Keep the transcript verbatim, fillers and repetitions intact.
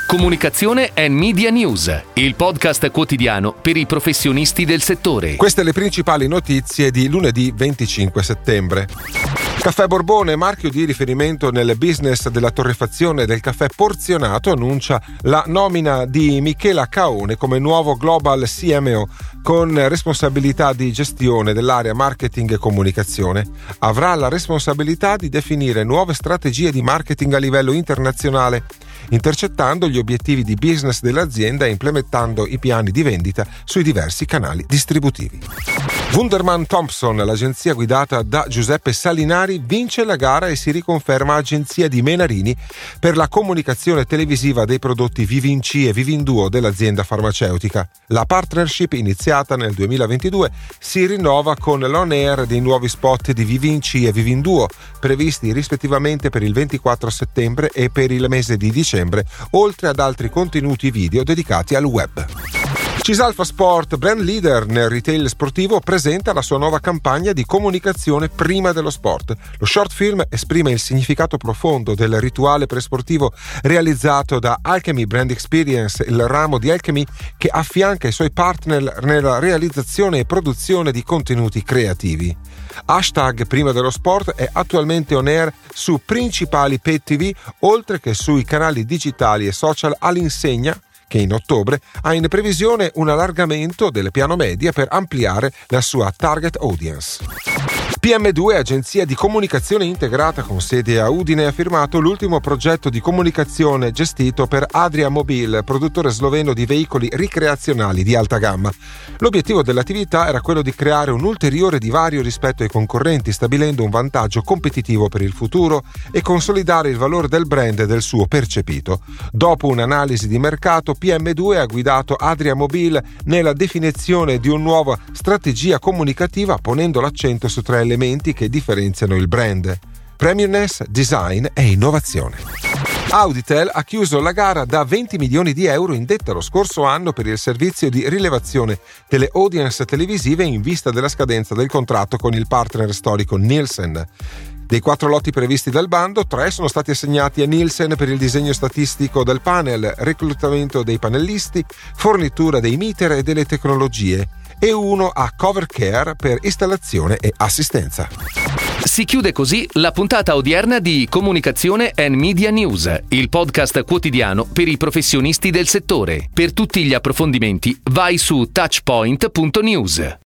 Comunicazione and Media News, il podcast quotidiano per i professionisti del settore. Queste le principali notizie di lunedì venticinque settembre. Caffè Borbone, marchio di riferimento nel business della torrefazione del caffè porzionato, annuncia la nomina di Michela Caone come nuovo Global C M O con responsabilità di gestione dell'area marketing e comunicazione. Avrà la responsabilità di definire nuove strategie di marketing a livello internazionale, intercettando gli obiettivi di business dell'azienda e implementando i piani di vendita sui diversi canali distributivi. Wunderman Thompson, l'agenzia guidata da Giuseppe Salinari, vince la gara e si riconferma agenzia di Menarini per la comunicazione televisiva dei prodotti Vivinci e Vivinduo dell'azienda farmaceutica. La partnership, iniziata nel duemilaventidue, si rinnova con l'on air dei nuovi spot di Vivinci e Vivinduo, previsti rispettivamente per il ventiquattro settembre e per il mese di dicembre, oltre ad altri contenuti video dedicati al web. Cisalfa Sport, brand leader nel retail sportivo, presenta la sua nuova campagna di comunicazione prima dello sport. Lo short film esprime il significato profondo del rituale presportivo realizzato da Alchemy Brand Experience, il ramo di Alchemy che affianca i suoi partner nella realizzazione e produzione di contenuti creativi. Hashtag prima dello sport è attualmente on air su principali pay tivù, oltre che sui canali digitali e social all'insegna, che in ottobre ha in previsione un allargamento delle piano media per ampliare la sua target audience. P M due, agenzia di comunicazione integrata con sede a Udine, ha firmato l'ultimo progetto di comunicazione gestito per Adria Mobil, produttore sloveno di veicoli ricreazionali di alta gamma. L'obiettivo dell'attività era quello di creare un ulteriore divario rispetto ai concorrenti, stabilendo un vantaggio competitivo per il futuro e consolidare il valore del brand e del suo percepito. Dopo un'analisi di mercato, P M due ha guidato Adria Mobil nella definizione di una nuova strategia comunicativa, ponendo l'accento su tre elementi che differenziano il brand: premiumness, design e innovazione. Auditel ha chiuso la gara da venti milioni di euro indetta lo scorso anno per il servizio di rilevazione delle audience televisive in vista della scadenza del contratto con il partner storico Nielsen. Dei quattro lotti previsti dal bando, tre sono stati assegnati a Nielsen per il disegno statistico del panel, reclutamento dei pannellisti, fornitura dei meter e delle tecnologie, e uno a Cover Care per installazione e assistenza. Si chiude così la puntata odierna di Comunicazione and Media News, il podcast quotidiano per i professionisti del settore. Per tutti gli approfondimenti vai su touchpoint punto news.